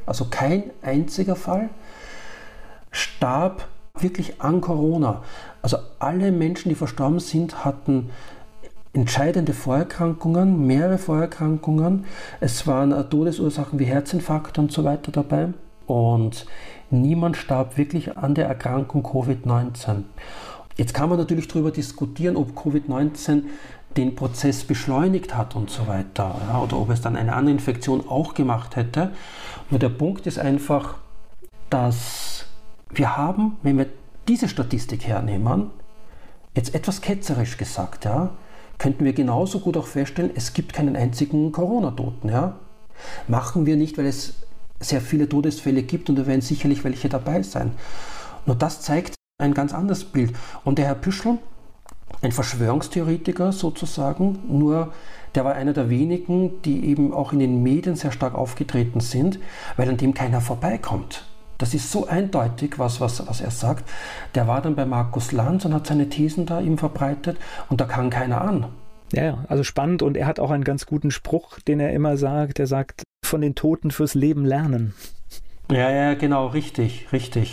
starb wirklich an Corona. Also alle Menschen, die verstorben sind, hatten entscheidende Vorerkrankungen, mehrere Vorerkrankungen. Es waren Todesursachen wie Herzinfarkt und so weiter dabei. Und niemand starb wirklich an der Erkrankung Covid-19. Jetzt kann man natürlich darüber diskutieren, ob Covid-19 den Prozess beschleunigt hat und so weiter, ja, oder ob es dann eine andere Infektion auch gemacht hätte. Nur der Punkt ist einfach, dass wir haben, wenn wir diese Statistik hernehmen, jetzt etwas ketzerisch gesagt, ja, könnten wir genauso gut auch feststellen, es gibt keinen einzigen Corona-Toten. Ja. Machen wir nicht, weil es sehr viele Todesfälle gibt und da werden sicherlich welche dabei sein. Nur das zeigt ein ganz anderes Bild. Und der Herr Püschl, ein Verschwörungstheoretiker sozusagen, nur der war einer der wenigen, die eben auch in den Medien sehr stark aufgetreten sind, weil an dem keiner vorbeikommt. Das ist so eindeutig, was er sagt. Der war dann bei Markus Lanz und hat seine Thesen da eben verbreitet und da kann keiner an. Ja, also spannend, und er hat auch einen ganz guten Spruch, den er immer sagt. Er sagt, von den Toten fürs Leben lernen. Ja, genau, richtig.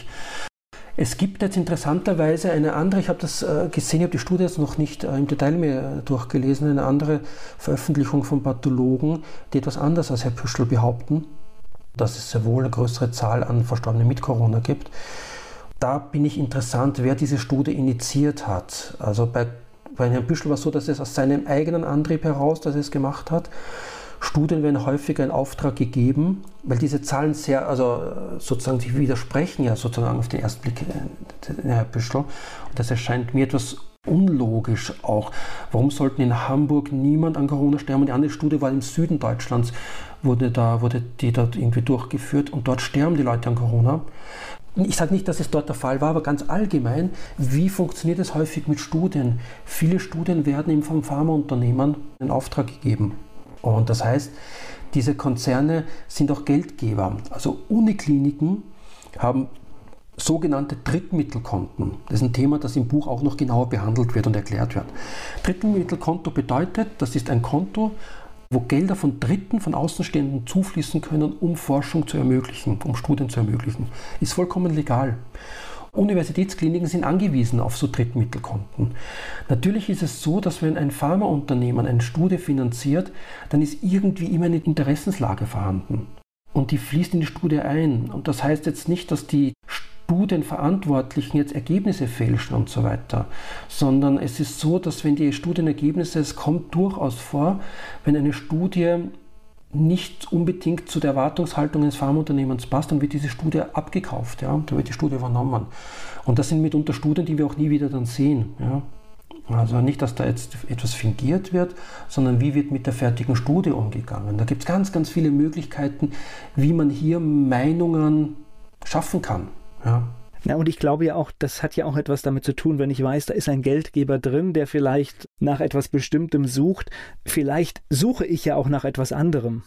Es gibt jetzt interessanterweise eine andere, ich habe das gesehen, ich habe die Studie jetzt noch nicht im Detail mehr durchgelesen, eine andere Veröffentlichung von Pathologen, die etwas anders als Herr Püschl behaupten, dass es sehr wohl eine größere Zahl an Verstorbenen mit Corona gibt. Da bin ich interessant, wer diese Studie initiiert hat. Also bei Herrn Püschl war es so, dass es aus seinem eigenen Antrieb heraus, dass er es gemacht hat. Studien werden häufiger in Auftrag gegeben, weil diese Zahlen sehr, also sozusagen sich widersprechen ja sozusagen auf den ersten Blick, Herr Püschl. Und das erscheint mir etwas unlogisch auch. Warum sollten in Hamburg niemand an Corona sterben? Die andere Studie war im Süden Deutschlands, wurde die dort irgendwie durchgeführt und dort sterben die Leute an Corona. Ich sage nicht, dass es dort der Fall war, aber ganz allgemein, wie funktioniert es häufig mit Studien? Viele Studien werden eben von Pharmaunternehmen in Auftrag gegeben. Und das heißt, diese Konzerne sind auch Geldgeber. Also Unikliniken haben sogenannte Drittmittelkonten. Das ist ein Thema, das im Buch auch noch genauer behandelt wird und erklärt wird. Drittmittelkonto bedeutet, das ist ein Konto, wo Gelder von Dritten, von Außenstehenden zufließen können, um Forschung zu ermöglichen, um Studien zu ermöglichen. Ist vollkommen legal. Universitätskliniken sind angewiesen auf so Drittmittelkonten. Natürlich ist es so, dass wenn ein Pharmaunternehmen eine Studie finanziert, dann ist irgendwie immer eine Interessenslage vorhanden. Und die fließt in die Studie ein. Und das heißt jetzt nicht, dass die Studienverantwortlichen jetzt Ergebnisse fälschen und so weiter, sondern es ist so, dass wenn die Studienergebnisse, es kommt durchaus vor, wenn eine Studie nicht unbedingt zu der Erwartungshaltung eines Pharmaunternehmens passt, dann wird diese Studie abgekauft, ja, da wird die Studie übernommen. Und das sind mitunter Studien, die wir auch nie wieder dann sehen. Ja. Also nicht, dass da jetzt etwas fingiert wird, sondern wie wird mit der fertigen Studie umgegangen. Da gibt es ganz, ganz viele Möglichkeiten, wie man hier Meinungen schaffen kann. Ja. Ja, und ich glaube ja auch, das hat ja auch etwas damit zu tun, wenn ich weiß, da ist ein Geldgeber drin, der vielleicht nach etwas Bestimmtem sucht. Vielleicht suche ich ja auch nach etwas anderem.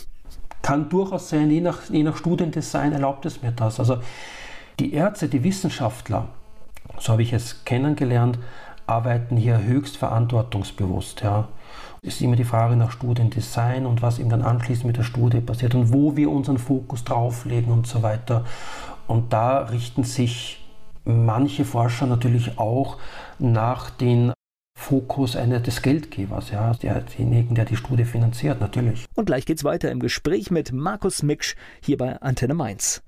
Kann durchaus sein, je nach Studiendesign erlaubt es mir das. Also die Ärzte, die Wissenschaftler, so habe ich es kennengelernt, arbeiten hier höchst verantwortungsbewusst. Ja. Es ist immer die Frage nach Studiendesign und was eben dann anschließend mit der Studie passiert und wo wir unseren Fokus drauflegen und so weiter. Und da richten sich manche Forscher natürlich auch nach dem Fokus des Geldgebers, ja, derjenigen, der die Studie finanziert, natürlich. Und gleich geht's weiter im Gespräch mit Markus Miksch hier bei Antenne Mainz.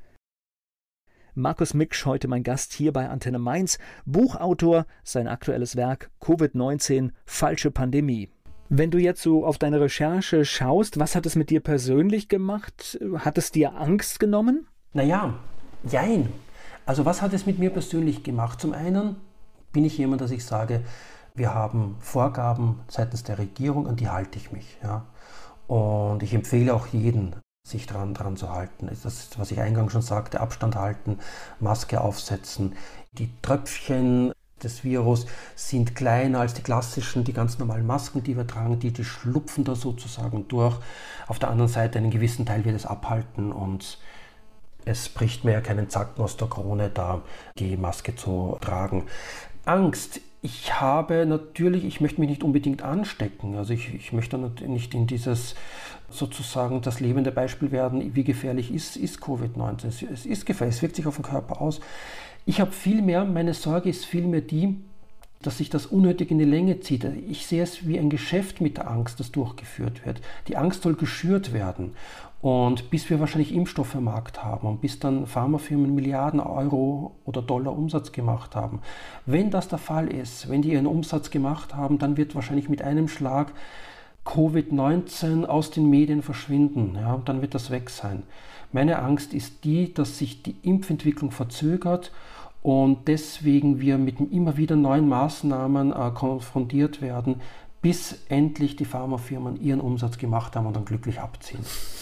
Markus Miksch, heute mein Gast hier bei Antenne Mainz, Buchautor, sein aktuelles Werk Covid-19, falsche Pandemie. Wenn du jetzt so auf deine Recherche schaust, was hat es mit dir persönlich gemacht? Hat es dir Angst genommen? Naja, jein. Also was hat es mit mir persönlich gemacht? Zum einen bin ich jemand, dass ich sage, wir haben Vorgaben seitens der Regierung, an die halte ich mich. Ja. Und ich empfehle auch jeden, sich dran zu halten. Das ist, was ich eingangs schon sagte, Abstand halten, Maske aufsetzen. Die Tröpfchen des Virus sind kleiner als die klassischen, die ganz normalen Masken, die wir tragen, die schlupfen da sozusagen durch. Auf der anderen Seite einen gewissen Teil wird es abhalten und es bricht mir ja keinen Zacken aus der Krone, da die Maske zu tragen. Angst. Ich möchte mich nicht unbedingt anstecken. Also ich möchte nicht in dieses sozusagen das lebende Beispiel werden, wie gefährlich ist Covid-19. Es ist gefährlich, es wirkt sich auf den Körper aus. Meine Sorge ist vielmehr die, dass sich das unnötig in die Länge zieht. Ich sehe es wie ein Geschäft mit der Angst, das durchgeführt wird. Die Angst soll geschürt werden. Und bis wir wahrscheinlich Impfstoffe am Markt haben und bis dann Pharmafirmen Milliarden Euro oder Dollar Umsatz gemacht haben. Wenn das der Fall ist, wenn die ihren Umsatz gemacht haben, dann wird wahrscheinlich mit einem Schlag Covid-19 aus den Medien verschwinden. Ja, dann wird das weg sein. Meine Angst ist die, dass sich die Impfentwicklung verzögert und deswegen wir mit immer wieder neuen Maßnahmen konfrontiert werden, bis endlich die Pharmafirmen ihren Umsatz gemacht haben und dann glücklich abziehen.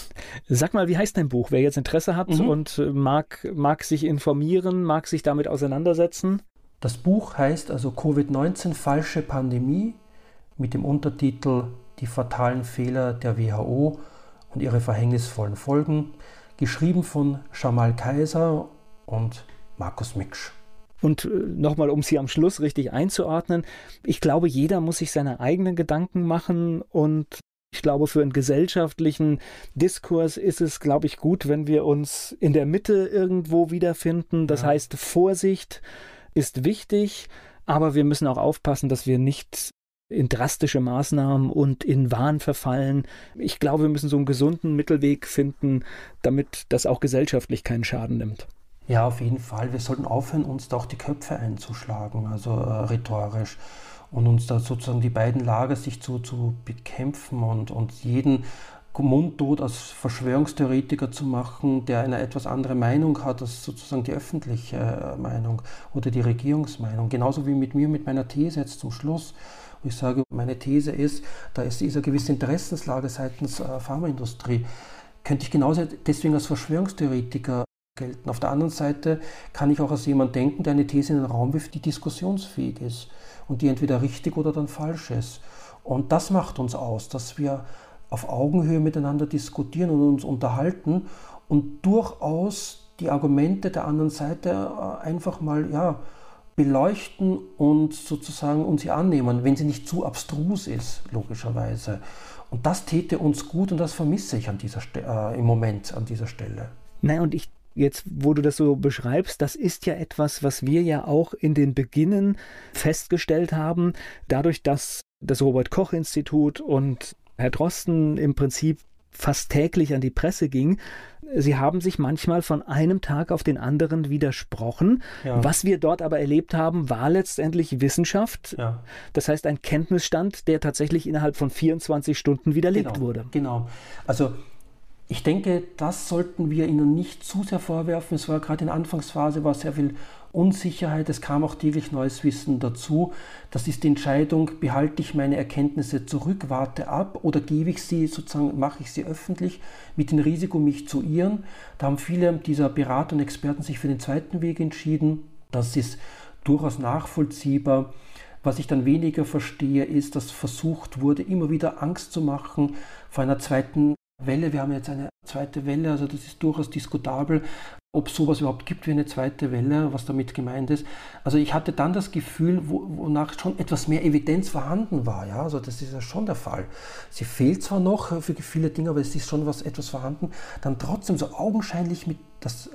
Sag mal, wie heißt dein Buch? Wer jetzt Interesse hat und mag sich informieren, mag sich damit auseinandersetzen? Das Buch heißt also Covid-19 Falsche Pandemie mit dem Untertitel Die fatalen Fehler der WHO und ihre verhängnisvollen Folgen, geschrieben von Jamal Kaiser und Markus Miksch. Und nochmal, um sie am Schluss richtig einzuordnen, ich glaube, jeder muss sich seine eigenen Gedanken machen und ich glaube, für einen gesellschaftlichen Diskurs ist es, glaube ich, gut, wenn wir uns in der Mitte irgendwo wiederfinden. Das heißt, Vorsicht ist wichtig, aber wir müssen auch aufpassen, dass wir nicht in drastische Maßnahmen und in Wahn verfallen. Ich glaube, wir müssen so einen gesunden Mittelweg finden, damit das auch gesellschaftlich keinen Schaden nimmt. Ja, auf jeden Fall. Wir sollten aufhören, uns da auch die Köpfe einzuschlagen, also rhetorisch. Und uns da sozusagen die beiden Lager sich zu bekämpfen und jeden mundtot als Verschwörungstheoretiker zu machen, der eine etwas andere Meinung hat als sozusagen die öffentliche Meinung oder die Regierungsmeinung. Genauso wie mit mir, mit meiner These jetzt zum Schluss. Wo ich sage, meine These ist, da ist diese gewisse Interessenslage seitens Pharmaindustrie. Könnte ich genauso deswegen als Verschwörungstheoretiker gelten. Auf der anderen Seite kann ich auch als jemand denken, der eine These in den Raum wirft, die diskussionsfähig ist und die entweder richtig oder dann falsch ist. Und das macht uns aus, dass wir auf Augenhöhe miteinander diskutieren und uns unterhalten und durchaus die Argumente der anderen Seite einfach mal beleuchten und sozusagen uns hier annehmen, wenn sie nicht zu abstrus ist, logischerweise. Und das täte uns gut und das vermisse ich im Moment an dieser Stelle. Nein, und jetzt, wo du das so beschreibst, das ist ja etwas, was wir ja auch in den Beginnen festgestellt haben, dadurch, dass das Robert-Koch-Institut und Herr Drosten im Prinzip fast täglich an die Presse ging. Sie haben sich manchmal von einem Tag auf den anderen widersprochen. Ja. Was wir dort aber erlebt haben, war letztendlich Wissenschaft. Ja. Das heißt, ein Kenntnisstand, der tatsächlich innerhalb von 24 Stunden widerlegt wurde. Genau. Also ich denke, das sollten wir ihnen nicht zu sehr vorwerfen. Es war gerade in der Anfangsphase sehr viel Unsicherheit, es kam auch täglich neues Wissen dazu. Das ist die Entscheidung, behalte ich meine Erkenntnisse zurück, warte ab oder gebe ich sie sozusagen, mache ich sie öffentlich mit dem Risiko, mich zu irren. Da haben viele dieser Berater und Experten sich für den zweiten Weg entschieden. Das ist durchaus nachvollziehbar. Was ich dann weniger verstehe, ist, dass versucht wurde, immer wieder Angst zu machen vor einer zweiten Welle. Wir haben jetzt eine zweite Welle, also das ist durchaus diskutabel, ob es sowas überhaupt gibt wie eine zweite Welle, was damit gemeint ist. Also ich hatte dann das Gefühl, wonach schon etwas mehr Evidenz vorhanden war. Ja? Also das ist ja schon der Fall. Sie fehlt zwar noch für viele Dinge, aber es ist schon etwas vorhanden. Dann trotzdem so augenscheinlich mit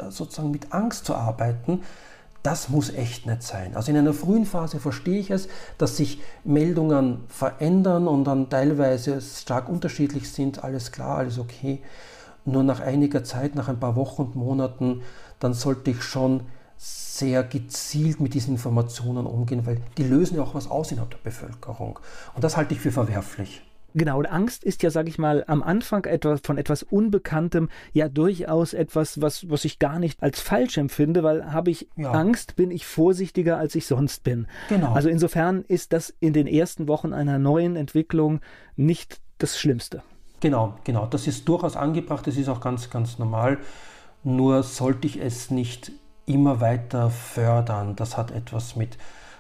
Angst zu arbeiten, das muss echt nicht sein. Also in einer frühen Phase verstehe ich es, dass sich Meldungen verändern und dann teilweise stark unterschiedlich sind. Alles klar, alles okay. Nur nach einiger Zeit, nach ein paar Wochen und Monaten, dann sollte ich schon sehr gezielt mit diesen Informationen umgehen, weil die lösen ja auch was aus innerhalb der Bevölkerung. Und das halte ich für verwerflich. Genau, und Angst ist ja, sage ich mal, am Anfang von etwas Unbekanntem ja durchaus etwas, was ich gar nicht als falsch empfinde, weil habe ich Angst, bin ich vorsichtiger, als ich sonst bin. Genau. Also insofern ist das in den ersten Wochen einer neuen Entwicklung nicht das Schlimmste. Genau, das ist durchaus angebracht, das ist auch ganz, ganz normal, nur sollte ich es nicht immer weiter fördern. Das hat etwas mit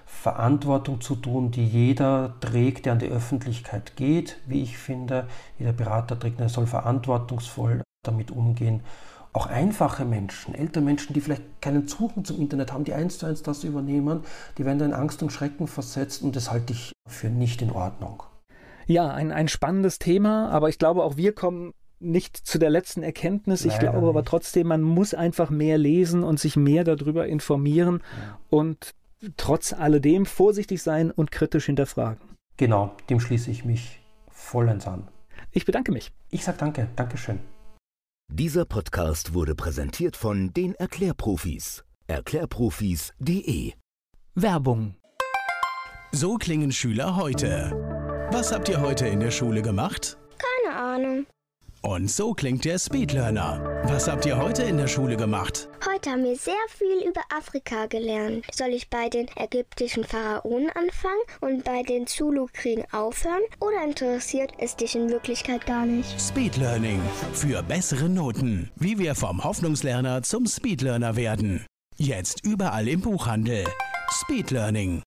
Verantwortung zu tun, die jeder trägt, der an die Öffentlichkeit geht, wie ich finde. Jeder Berater trägt, er soll verantwortungsvoll damit umgehen. Auch einfache Menschen, ältere Menschen, die vielleicht keinen Zugang zum Internet haben, die 1:1 das übernehmen, die werden in Angst und Schrecken versetzt und das halte ich für nicht in Ordnung. Ja, ein spannendes Thema, aber ich glaube, auch wir kommen nicht zu der letzten Erkenntnis. Ich glaube aber trotzdem, man muss einfach mehr lesen und sich mehr darüber informieren und trotz alledem vorsichtig sein und kritisch hinterfragen. Genau, dem schließe ich mich vollends an. Ich bedanke mich. Ich sage danke, Dankeschön. Dieser Podcast wurde präsentiert von den Erklärprofis. Erklärprofis.de. Werbung. So klingen Schüler heute. Was habt ihr heute in der Schule gemacht? Keine Ahnung. Und so klingt der Speedlearner. Was habt ihr heute in der Schule gemacht? Heute haben wir sehr viel über Afrika gelernt. Soll ich bei den ägyptischen Pharaonen anfangen und bei den Zulu-Kriegen aufhören? Oder interessiert es dich in Wirklichkeit gar nicht? Speedlearning. Für bessere Noten. Wie wir vom Hoffnungslerner zum Speedlearner werden. Jetzt überall im Buchhandel. Speedlearning.